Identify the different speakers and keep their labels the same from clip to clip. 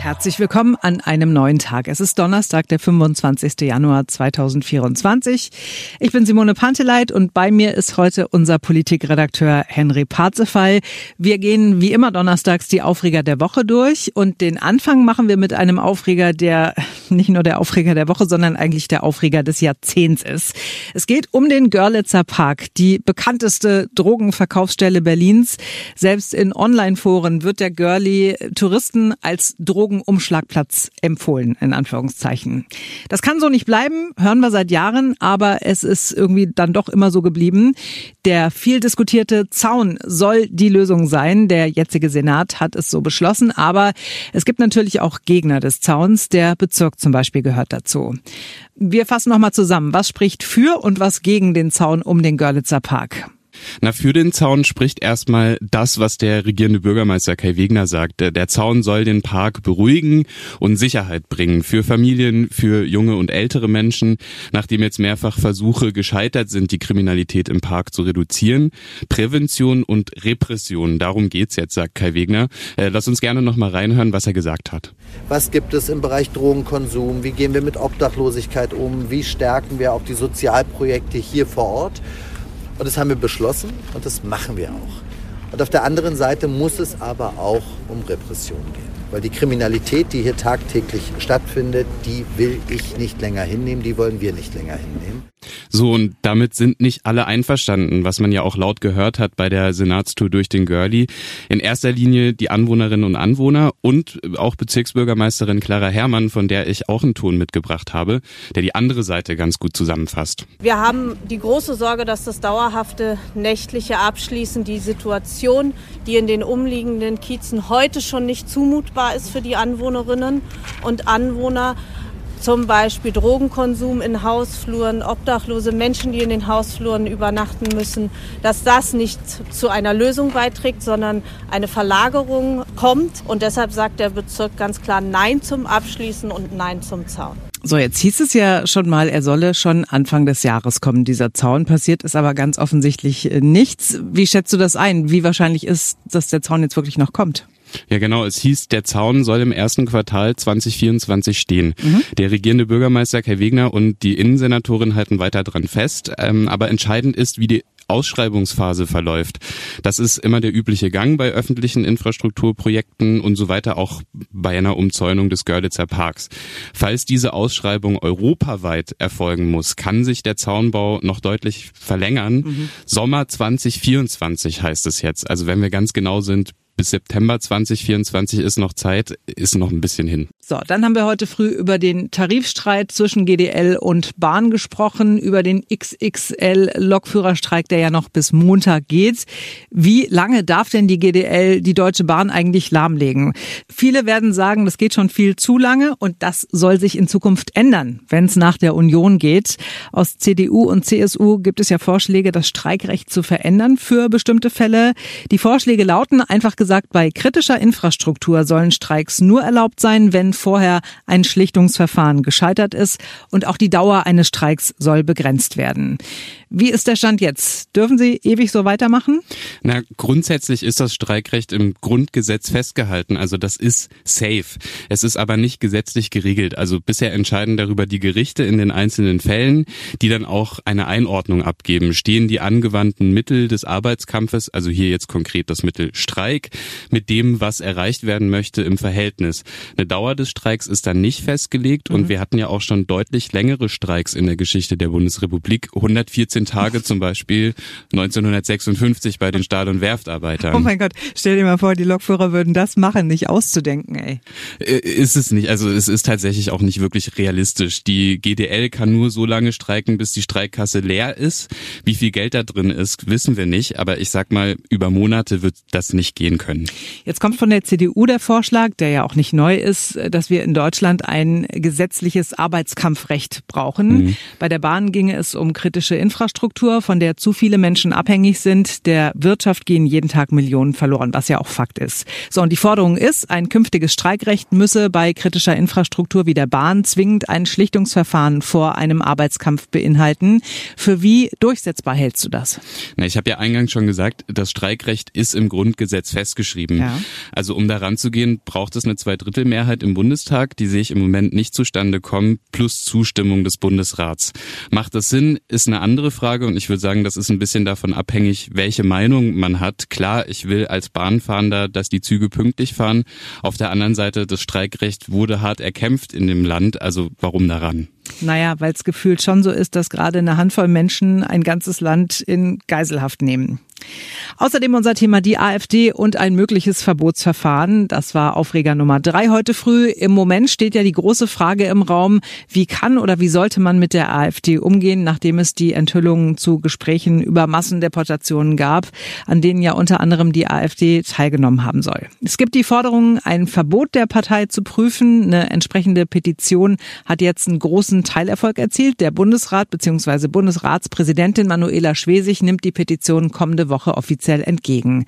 Speaker 1: Herzlich willkommen an einem neuen Tag. Es ist Donnerstag, der 25. Januar 2024. Ich bin Simone Panteleit und bei mir ist heute unser Politikredakteur Henry Parzefall. Wir gehen wie immer donnerstags die Aufreger der Woche durch und den Anfang machen wir mit einem Aufreger, der nicht nur der Aufreger der Woche, sondern eigentlich der Aufreger des Jahrzehnts ist. Es geht um den Görlitzer Park, die bekannteste Drogenverkaufsstelle Berlins. Selbst in Online-Foren wird der Görli Touristen als Drogenumschlagplatz empfohlen, in Anführungszeichen. Das kann so nicht bleiben, hören wir seit Jahren, aber es ist irgendwie dann doch immer so geblieben. Der viel diskutierte Zaun soll die Lösung sein. Der jetzige Senat hat es so beschlossen, aber es gibt natürlich auch Gegner des Zauns. Der Bezirk zum Beispiel gehört dazu. Wir fassen nochmal zusammen. Was spricht für und was gegen den Zaun um den Görlitzer Park?
Speaker 2: Na, für den Zaun spricht erstmal das, was der regierende Bürgermeister Kai Wegner sagt. Der Zaun soll den Park beruhigen und Sicherheit bringen für Familien, für junge und ältere Menschen, nachdem jetzt mehrfach Versuche gescheitert sind, die Kriminalität im Park zu reduzieren. Prävention und Repression, darum geht's jetzt, sagt Kai Wegner. Lass uns gerne noch mal reinhören, was er gesagt hat.
Speaker 3: Was gibt es im Bereich Drogenkonsum? Wie gehen wir mit Obdachlosigkeit um? Wie stärken wir auch die Sozialprojekte hier vor Ort? Und das haben wir beschlossen und das machen wir auch. Und auf der anderen Seite muss es aber auch um Repression gehen. Weil die Kriminalität, die hier tagtäglich stattfindet, die will ich nicht länger hinnehmen, die wollen wir nicht länger hinnehmen.
Speaker 2: So, und damit sind nicht alle einverstanden, was man ja auch laut gehört hat bei der Senatstour durch den Görli. In erster Linie die Anwohnerinnen und Anwohner und auch Bezirksbürgermeisterin Clara Herrmann, von der ich auch einen Ton mitgebracht habe, der die andere Seite ganz gut zusammenfasst.
Speaker 4: Wir haben die große Sorge, dass das dauerhafte nächtliche Abschließen, die Situation, die in den umliegenden Kiezen heute schon nicht zumutbar ist für die Anwohnerinnen und Anwohner, zum Beispiel Drogenkonsum in Hausfluren, obdachlose Menschen, die in den Hausfluren übernachten müssen, dass das nicht zu einer Lösung beiträgt, sondern eine Verlagerung kommt. Und deshalb sagt der Bezirk ganz klar Nein zum Abschließen und Nein zum Zaun.
Speaker 1: So, jetzt hieß es ja schon mal, er solle schon Anfang des Jahres kommen, dieser Zaun. Passiert ist aber ganz offensichtlich nichts. Wie schätzt du das ein? Wie wahrscheinlich ist, dass der Zaun jetzt wirklich noch kommt?
Speaker 2: Ja, genau. Es hieß, der Zaun soll im ersten Quartal 2024 stehen. Der regierende Bürgermeister Kai Wegner und die Innensenatorin halten weiter dran fest. Aber entscheidend ist, wie die Ausschreibungsphase verläuft. Das ist immer der übliche Gang bei öffentlichen Infrastrukturprojekten und so weiter, auch bei einer Umzäunung des Görlitzer Parks. Falls diese Ausschreibung europaweit erfolgen muss, kann sich der Zaunbau noch deutlich verlängern. Sommer 2024 heißt es jetzt. Also wenn wir ganz genau sind, bis September 2024 ist noch Zeit, ist noch ein bisschen hin.
Speaker 1: So, dann haben wir heute früh über den Tarifstreit zwischen GDL und Bahn gesprochen, über den XXL-Lokführerstreik, der ja noch bis Montag geht. Wie lange darf denn die GDL die Deutsche Bahn eigentlich lahmlegen? Viele werden sagen, das geht schon viel zu lange und das soll sich in Zukunft ändern, wenn es nach der Union geht. Aus CDU und CSU gibt es ja Vorschläge, das Streikrecht zu verändern für bestimmte Fälle. Die Vorschläge lauten einfach gesagt, bei kritischer Infrastruktur sollen Streiks nur erlaubt sein, wenn vorher ein Schlichtungsverfahren gescheitert ist und auch die Dauer eines Streiks soll begrenzt werden. Wie ist der Stand jetzt? Dürfen Sie ewig so weitermachen?
Speaker 2: Na, grundsätzlich ist das Streikrecht im Grundgesetz festgehalten, also das ist safe. Es ist aber nicht gesetzlich geregelt, also bisher entscheiden darüber die Gerichte in den einzelnen Fällen, die dann auch eine Einordnung abgeben. Stehen die angewandten Mittel des Arbeitskampfes, also hier jetzt konkret das Mittel Streik, mit dem, was erreicht werden möchte, im Verhältnis. Eine Dauer des Streiks ist dann nicht festgelegt und wir hatten ja auch schon deutlich längere Streiks in der Geschichte der Bundesrepublik. 114 Tage zum Beispiel 1956 bei den Stahl- und Werftarbeitern.
Speaker 1: Oh mein Gott, stell dir mal vor, die Lokführer würden das machen, nicht auszudenken, ey.
Speaker 2: Ist es nicht, also es ist tatsächlich auch nicht wirklich realistisch. Die GDL kann nur so lange streiken, bis die Streikkasse leer ist. Wie viel Geld da drin ist, wissen wir nicht, aber ich sag mal, über Monate wird das nicht gehen können.
Speaker 1: Jetzt kommt von der CDU der Vorschlag, der ja auch nicht neu ist, dass wir in Deutschland ein gesetzliches Arbeitskampfrecht brauchen. Bei der Bahn ginge es um kritische Infrastruktur. Infrastruktur, von der zu viele Menschen abhängig sind. Der Wirtschaft gehen jeden Tag Millionen verloren, was ja auch Fakt ist. So, und die Forderung ist, ein künftiges Streikrecht müsse bei kritischer Infrastruktur wie der Bahn zwingend ein Schlichtungsverfahren vor einem Arbeitskampf beinhalten. Für wie durchsetzbar hältst du das?
Speaker 2: Na, ich habe ja eingangs schon gesagt, das Streikrecht ist im Grundgesetz festgeschrieben. Ja. Also um daran zu gehen, braucht es eine Zweidrittelmehrheit im Bundestag. Die sehe ich im Moment nicht zustande kommen, plus Zustimmung des Bundesrats. Macht das Sinn, ist eine andere Frage und ich würde sagen, das ist ein bisschen davon abhängig, welche Meinung man hat. Klar, ich will als Bahnfahrender, dass die Züge pünktlich fahren. Auf der anderen Seite, das Streikrecht wurde hart erkämpft in dem Land, also warum daran?
Speaker 1: Naja, weil es gefühlt schon so ist, dass gerade eine Handvoll Menschen ein ganzes Land in Geiselhaft nehmen. Außerdem unser Thema die AfD und ein mögliches Verbotsverfahren. Das war Aufreger Nummer 3 heute früh. Im Moment steht ja die große Frage im Raum, wie kann oder wie sollte man mit der AfD umgehen, nachdem es die Enthüllungen zu Gesprächen über Massendeportationen gab, an denen ja unter anderem die AfD teilgenommen haben soll. Es gibt die Forderung, ein Verbot der Partei zu prüfen. Eine entsprechende Petition hat jetzt einen großen Teilerfolg erzielt. Der Bundesrat bzw. Bundesratspräsidentin Manuela Schwesig nimmt die Petition kommende Woche offiziell entgegen.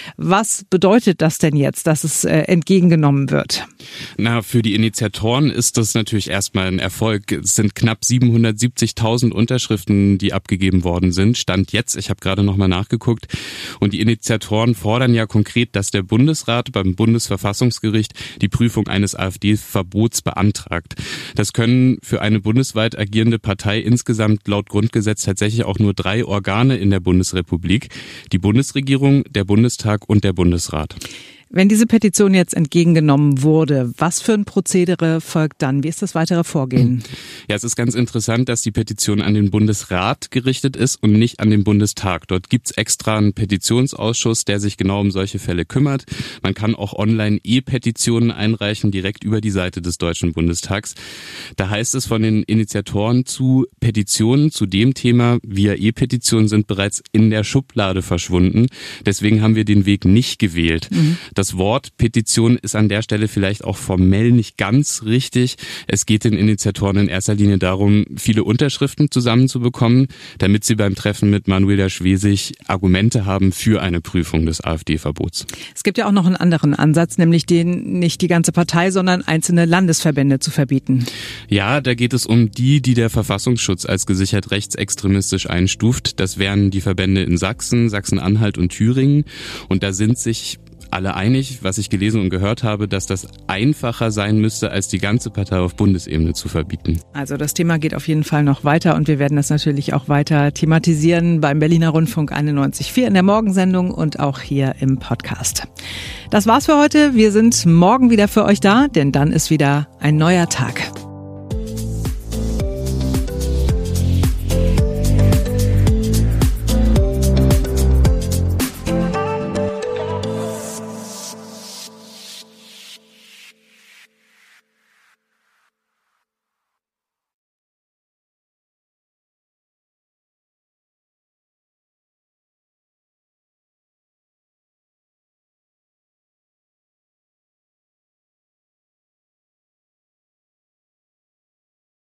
Speaker 1: Was bedeutet das denn jetzt, dass es entgegengenommen wird?
Speaker 2: Na, für die Initiatoren ist das natürlich erstmal ein Erfolg. Es sind knapp 770.000 Unterschriften, die abgegeben worden sind. Stand jetzt, ich habe gerade nochmal nachgeguckt. Und die Initiatoren fordern ja konkret, dass der Bundesrat beim Bundesverfassungsgericht die Prüfung eines AfD-Verbots beantragt. Das können für eine bundesweit agierende Partei insgesamt laut Grundgesetz tatsächlich auch nur 3 Organe in der Bundesrepublik. Die Bundesregierung, der Bundestag und der Bundesrat.
Speaker 1: Wenn diese Petition jetzt entgegengenommen wurde, was für ein Prozedere folgt dann? Wie ist das weitere Vorgehen?
Speaker 2: Ja, es ist ganz interessant, dass die Petition an den Bundesrat gerichtet ist und nicht an den Bundestag. Dort gibt's extra einen Petitionsausschuss, der sich genau um solche Fälle kümmert. Man kann auch online E-Petitionen einreichen, direkt über die Seite des Deutschen Bundestags. Da heißt es von den Initiatoren zu Petitionen zu dem Thema via E-Petitionen sind bereits in der Schublade verschwunden. Deswegen haben wir den Weg nicht gewählt. Das Wort Petition ist an der Stelle vielleicht auch formell nicht ganz richtig. Es geht den Initiatoren in erster Linie darum, viele Unterschriften zusammenzubekommen, damit sie beim Treffen mit Manuela Schwesig Argumente haben für eine Prüfung des AfD-Verbots.
Speaker 1: Es gibt ja auch noch einen anderen Ansatz, nämlich den nicht die ganze Partei, sondern einzelne Landesverbände zu verbieten.
Speaker 2: Ja, da geht es um die der Verfassungsschutz als gesichert rechtsextremistisch einstuft. Das wären die Verbände in Sachsen, Sachsen-Anhalt und Thüringen. Und da sind sich alle einig, was ich gelesen und gehört habe, dass das einfacher sein müsste, als die ganze Partei auf Bundesebene zu verbieten.
Speaker 1: Also das Thema geht auf jeden Fall noch weiter und wir werden das natürlich auch weiter thematisieren beim Berliner Rundfunk 91.4 in der Morgensendung und auch hier im Podcast. Das war's für heute. Wir sind morgen wieder für euch da, denn dann ist wieder ein neuer Tag.